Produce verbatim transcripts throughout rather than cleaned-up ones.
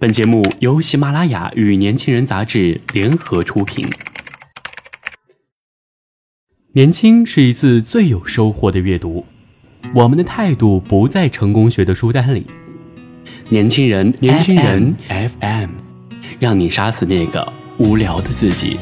本节目由喜马拉雅与年轻人杂志联合出品。年轻是一次最有收获的阅读，我们的态度不在成功学的书单里。年轻人，年轻人 F M， 让你杀死那个无聊的自己。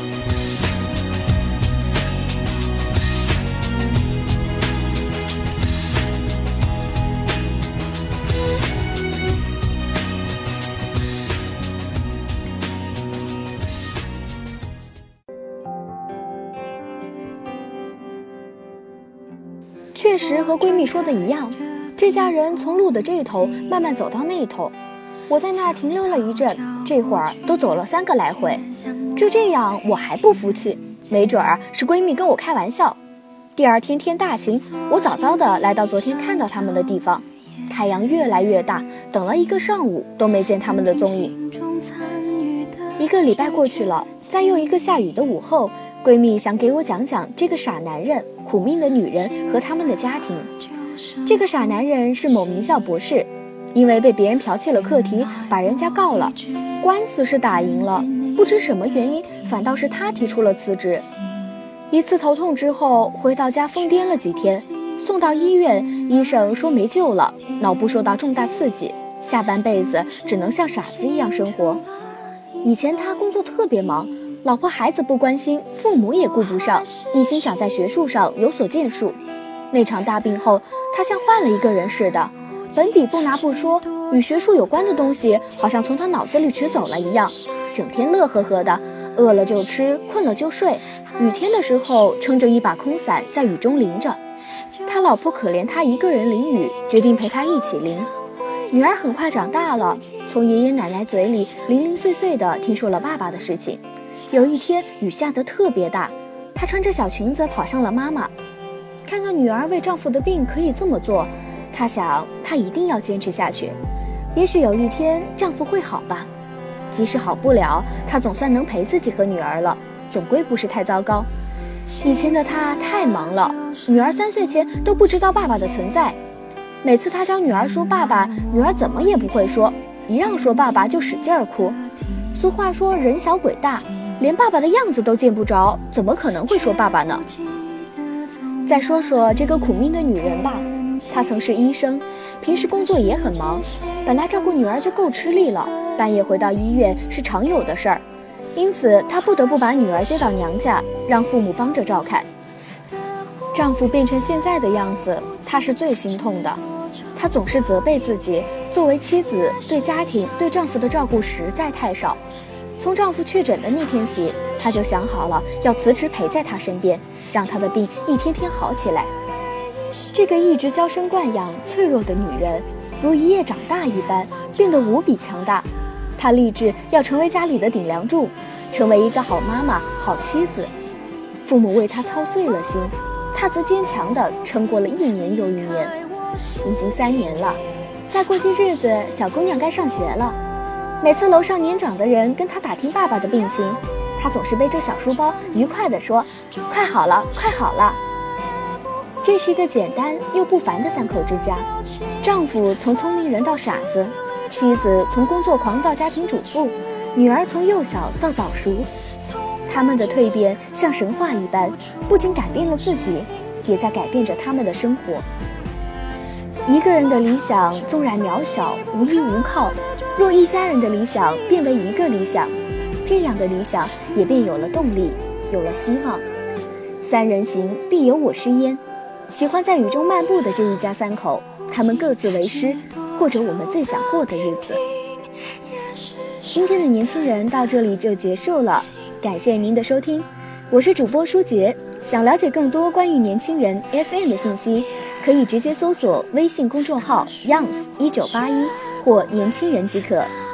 确实和闺蜜说的一样，这家人从路的这头慢慢走到那头，我在那儿停留了一阵，这会儿都走了三个来回。就这样我还不服气，没准儿是闺蜜跟我开玩笑。第二天天大晴，我早早的来到昨天看到他们的地方，太阳越来越大，等了一个上午都没见他们的踪影。一个礼拜过去了，在又一个下雨的午后，闺蜜想给我讲讲这个傻男人、苦命的女人和他们的家庭。这个傻男人是某名校博士，因为被别人剽窃了课题，把人家告了，官司是打赢了，不知什么原因，反倒是他提出了辞职。一次头痛之后，回到家疯癫了几天，送到医院，医生说没救了，脑部受到重大刺激，下半辈子只能像傻子一样生活。以前他工作特别忙，老婆孩子不关心，父母也顾不上，一心想在学术上有所建树。那场大病后，他像换了一个人似的，本笔不拿不说，与学术有关的东西好像从他脑子里取走了一样，整天乐呵呵的，饿了就吃，困了就睡，雨天的时候撑着一把空伞在雨中淋着。他老婆可怜他一个人淋雨，决定陪他一起淋。女儿很快长大了，从爷爷奶奶嘴里零零碎碎地听说了爸爸的事情。有一天雨下得特别大，她穿着小裙子跑向了妈妈，看到女儿为丈夫的病可以这么做，她想她一定要坚持下去，也许有一天丈夫会好吧，即使好不了，她总算能陪自己和女儿了，总归不是太糟糕。以前的她太忙了，女儿三岁前都不知道爸爸的存在，每次她找女儿说爸爸，女儿怎么也不会说，一让说爸爸就使劲儿哭。俗话说人小鬼大，连爸爸的样子都见不着，怎么可能会说爸爸呢？再说说这个苦命的女人吧，她曾是医生，平时工作也很忙，本来照顾女儿就够吃力了，半夜回到医院是常有的事儿，因此她不得不把女儿接到娘家，让父母帮着照看。丈夫变成现在的样子，她是最心痛的。她总是责备自己，作为妻子，对家庭、对丈夫的照顾实在太少。从丈夫确诊的那天起，她就想好了要辞职陪在他身边，让他的病一天天好起来。这个一直娇生惯养、脆弱的女人，如一夜长大一般，变得无比强大。她立志要成为家里的顶梁柱，成为一个好妈妈、好妻子。父母为她操碎了心，她则坚强地撑过了一年又一年。已经三年了，再过些日子，小姑娘该上学了。每次楼上年长的人跟她打听爸爸的病情，她总是背着小书包，愉快地说：“快好了，快好了。”这是一个简单又不凡的三口之家，丈夫从聪明人到傻子，妻子从工作狂到家庭主妇，女儿从幼小到早熟。他们的蜕变像神话一般，不仅改变了自己，也在改变着他们的生活。一个人的理想纵然渺小，无依无靠，若一家人的理想变为一个理想，这样的理想也便有了动力，有了希望。三人行必有我师焉。喜欢在雨中漫步的这一家三口，他们各自为师，过着我们最想过的日子。今天的年轻人到这里就结束了，感谢您的收听，我是主播舒洁。想了解更多关于年轻人 F M 的信息，可以直接搜索微信公众号 Youngs 一九八一或年轻人即可。